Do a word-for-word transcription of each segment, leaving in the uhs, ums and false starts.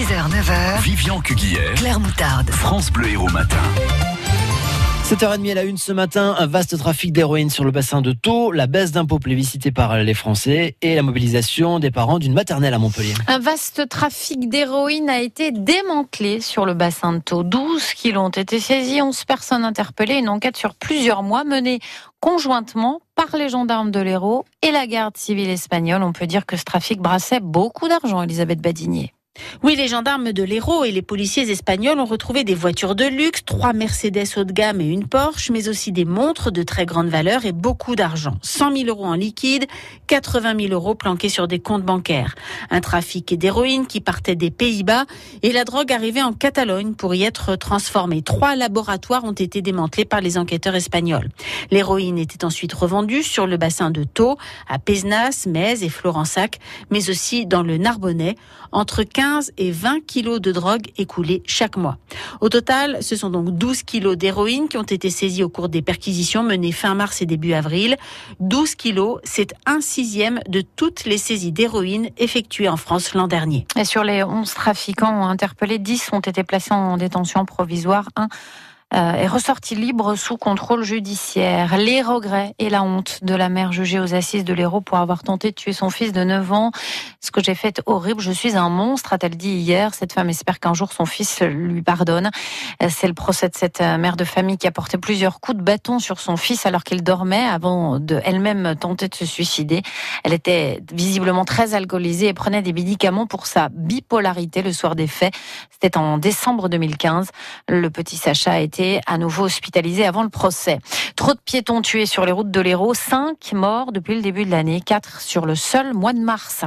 six heures neuf heures. Vivian Cuguière, Claire Moutarde. France Bleu Héros Matin. sept heures trente à la une ce matin, un vaste trafic d'héroïne sur le bassin de Thau, la baisse d'impôts plébiscitée par les Français et la mobilisation des parents d'une maternelle à Montpellier. Un vaste trafic d'héroïne a été démantelé sur le bassin de Thau. douze kilos ont été saisis, onze personnes interpellées. Une enquête sur plusieurs mois menée conjointement par les gendarmes de l'Hérault et la garde civile espagnole. On peut dire que ce trafic brassait beaucoup d'argent, Elisabeth Badinier. Oui, les gendarmes de l'Hérault et les policiers espagnols ont retrouvé des voitures de luxe, trois Mercedes haut de gamme et une Porsche, mais aussi des montres de très grande valeur et beaucoup d'argent. cent mille euros en liquide, quatre-vingt mille euros planqués sur des comptes bancaires. Un trafic d'héroïne qui partait des Pays-Bas et la drogue arrivait en Catalogne pour y être transformée. Trois laboratoires ont été démantelés par les enquêteurs espagnols. L'héroïne était ensuite revendue sur le bassin de Thau, à Pézenas, Metz et Florensac, mais aussi dans le Narbonnais, entre quinze et vingt kilos de drogue écoulés chaque mois. Au total, ce sont donc douze kilos d'héroïne qui ont été saisis au cours des perquisitions menées fin mars et début avril. douze kilos, c'est un sixième de toutes les saisies d'héroïne effectuées en France l'an dernier. Et sur les onze trafiquants interpellés, dix ont été placés en détention provisoire. Un Euh, est ressorti libre sous contrôle judiciaire. Les regrets et la honte de la mère jugée aux assises de l'Hérault pour avoir tenté de tuer son fils de neuf ans. Ce que j'ai fait est horrible, je suis un monstre, a-t-elle dit hier. Cette femme espère qu'un jour son fils lui pardonne. C'est le procès de cette mère de famille qui a porté plusieurs coups de bâton sur son fils alors qu'il dormait avant de elle-même tenter de se suicider. Elle était visiblement très alcoolisée et prenait des médicaments pour sa bipolarité le soir des faits. C'était en décembre deux mille quinze. Le petit Sacha a été à nouveau hospitalisé avant le procès. Trop de piétons tués sur les routes de l'Hérault, cinq morts depuis le début de l'année, quatre sur le seul mois de mars.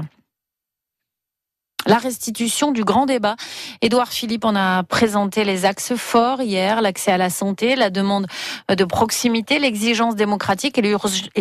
La restitution du grand débat. Édouard Philippe en a présenté les axes forts hier, l'accès à la santé, la demande de proximité, l'exigence démocratique et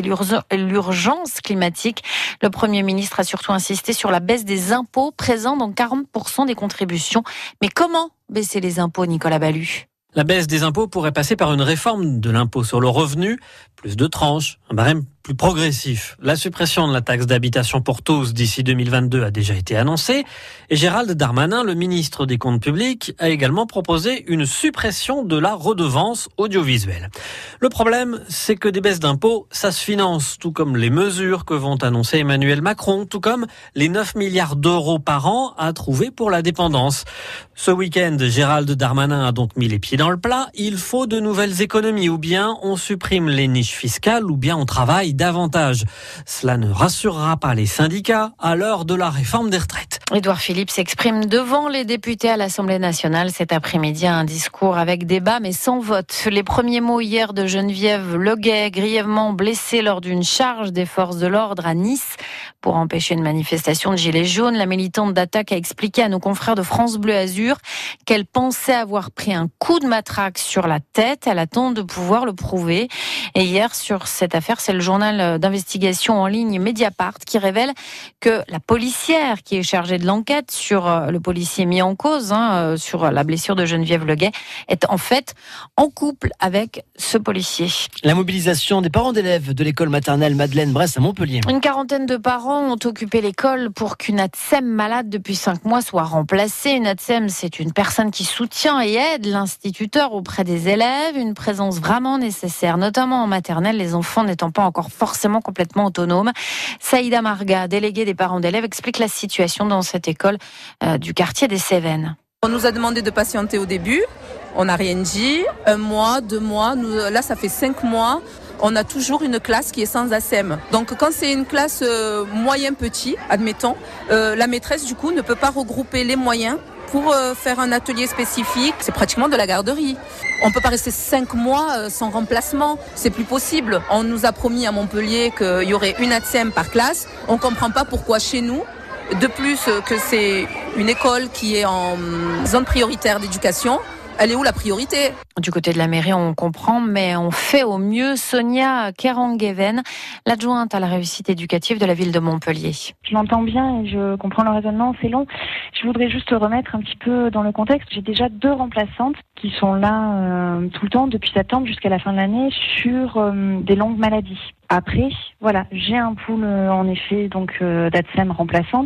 l'urgence climatique. Le Premier ministre a surtout insisté sur la baisse des impôts présents dans quarante pour cent des contributions. Mais comment baisser les impôts, Nicolas Ballu ? La baisse des impôts pourrait passer par une réforme de l'impôt sur le revenu, plus de tranches, un barème plus progressif. La suppression de la taxe d'habitation pour tous d'ici deux mille vingt-deux a déjà été annoncée. Et Gérald Darmanin, le ministre des Comptes publics, a également proposé une suppression de la redevance audiovisuelle. Le problème, c'est que des baisses d'impôts, ça se finance, tout comme les mesures que vont annoncer Emmanuel Macron, tout comme les neuf milliards d'euros par an à trouver pour la dépendance. Ce week-end, Gérald Darmanin a donc mis les pieds dans le plat. Il faut de nouvelles économies, ou bien on supprime les niches fiscales, ou bien on travaille davantage. Cela ne rassurera pas les syndicats à l'heure de la réforme des retraites. Édouard Philippe s'exprime devant les députés à l'Assemblée nationale cet après-midi. Un discours avec débat mais sans vote. Les premiers mots hier de Geneviève Leguet, grièvement blessée lors d'une charge des forces de l'ordre à Nice pour empêcher une manifestation de gilets jaunes. La militante d'Attaque a expliqué à nos confrères de France Bleu Azur qu'elle pensait avoir pris un coup de matraque sur la tête. Elle attend de pouvoir le prouver. Et hier, sur cette affaire, c'est le journal d'investigation en ligne Mediapart qui révèle que la policière qui est chargée de l'enquête sur le policier mis en cause, hein, sur la blessure de Geneviève Leguet, est en fait en couple avec ce policier. La mobilisation des parents d'élèves de l'école maternelle Madeleine Bresse à Montpellier. Une quarantaine de parents ont occupé l'école pour qu'une ATSEM malade depuis cinq mois soit remplacée. Une ATSEM, c'est une personne qui soutient et aide l'instituteur auprès des élèves. Une présence vraiment nécessaire, notamment en maternelle, les enfants n'étant pas encore forcément complètement autonomes. Saïda Marga, déléguée des parents d'élèves, explique la situation dans cette école euh, du quartier des Cévennes. On nous a demandé de patienter au début, on n'a rien dit. Un mois, deux mois, nous, là ça fait cinq mois. On a toujours une classe qui est sans A S E M. Donc quand c'est une classe euh, moyen petit, admettons, euh, la maîtresse du coup ne peut pas regrouper les moyens pour euh, faire un atelier spécifique. C'est pratiquement de la garderie. On peut pas rester cinq mois euh, sans remplacement. C'est plus possible. On nous a promis à Montpellier qu'il y aurait une A S E M par classe. On comprend pas pourquoi chez nous, de plus euh, que c'est une école qui est en zone prioritaire d'éducation, elle est où la priorité ? Du côté de la mairie, on comprend, mais on fait au mieux. Sonia Kerangeven, l'adjointe à la réussite éducative de la ville de Montpellier. Je l'entends bien et je comprends le raisonnement, c'est long. Je voudrais juste remettre un petit peu dans le contexte. J'ai déjà deux remplaçantes qui sont là euh, tout le temps, depuis septembre jusqu'à la fin de l'année, sur euh, des longues maladies. Après, voilà, j'ai un pool euh, en effet donc euh, d'A T S E M remplaçantes.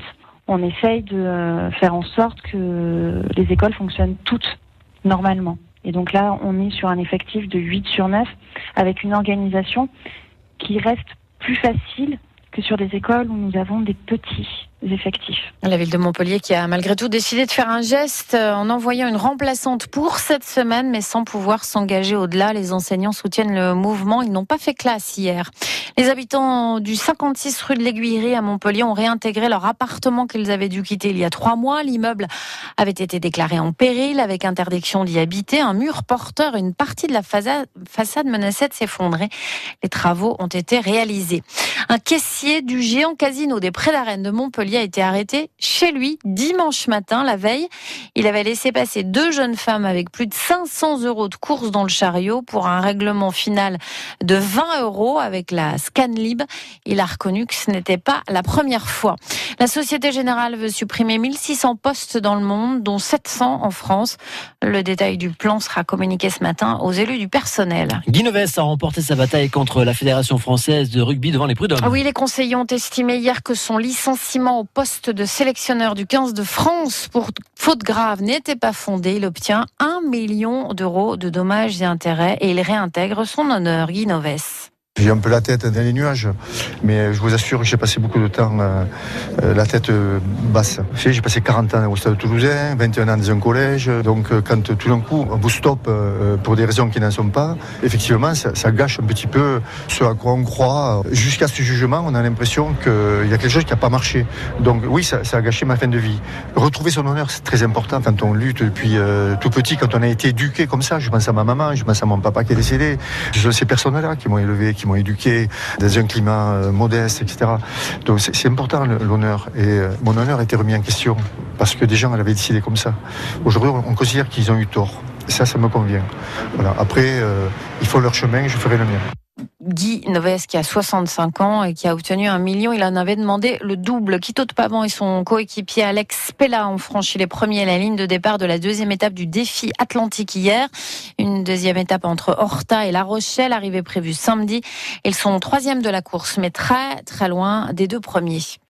on essaye de faire en sorte que les écoles fonctionnent toutes normalement. Et donc là, on est sur un effectif de huit sur neuf, avec une organisation qui reste plus facile que sur des écoles où nous avons des petits effectifs. La ville de Montpellier qui a malgré tout décidé de faire un geste en envoyant une remplaçante pour cette semaine, mais sans pouvoir s'engager au-delà. Les enseignants soutiennent le mouvement. Ils n'ont pas fait classe hier. Les habitants du cinquante-six rue de l'Aiguillerie à Montpellier ont réintégré leur appartement qu'ils avaient dû quitter il y a trois mois. L'immeuble avait été déclaré en péril avec interdiction d'y habiter. Un mur porteur, une partie de la façade, façade menaçait de s'effondrer. Les travaux ont été réalisés. Un caissier du géant casino des Prés d'Arène de Montpellier a été arrêté chez lui dimanche matin, la veille. Il avait laissé passer deux jeunes femmes avec plus de cinq cents euros de courses dans le chariot pour un règlement final de vingt euros avec la Scanlib. Il a reconnu que ce n'était pas la première fois. La Société Générale veut supprimer mille six cents postes dans le monde, dont sept cents en France. Le détail du plan sera communiqué ce matin aux élus du personnel. Guy Novès a remporté sa bataille contre la Fédération française de rugby devant les prud'hommes. Oui, les conseillers ont estimé hier que son licenciement au poste de sélectionneur du quinze de France pour faute grave n'était pas fondé. Il obtient un million d'euros de dommages et intérêts et il réintègre son honneur. Guy Novès. J'ai un peu la tête dans les nuages, mais je vous assure que j'ai passé beaucoup de temps euh, la tête basse. J'ai passé quarante ans au Stade Toulousain, vingt et un ans dans un collège, donc quand tout d'un coup on vous stoppe euh, pour des raisons qui n'en sont pas, effectivement ça, ça gâche un petit peu ce à quoi on croit. Jusqu'à ce jugement, on a l'impression qu'il y a quelque chose qui n'a pas marché. Donc oui, ça, ça a gâché ma fin de vie. Retrouver son honneur, c'est très important quand on lutte depuis euh, tout petit, quand on a été éduqué comme ça. Je pense à ma maman, je pense à mon papa qui est décédé. Je ces personnes-là qui m'ont élevé, qui m'ont éduqué dans un climat euh, modeste, et cetera. Donc c'est, c'est important l'honneur. Et euh, mon honneur a été remis en question parce que des gens l'avaient décidé comme ça. Aujourd'hui, on considère qu'ils ont eu tort. Et ça, ça me convient. Voilà. Après, euh, ils font leur chemin, je ferai le mien. Guy Novès qui a soixante-cinq ans et qui a obtenu un million. Il en avait demandé le double. Quito de Pavan et son coéquipier Alex Pella ont franchi les premiers à la ligne de départ de la deuxième étape du défi atlantique hier. Une deuxième étape entre Horta et La Rochelle, arrivée prévue samedi. Ils sont troisième de la course, mais très très loin des deux premiers.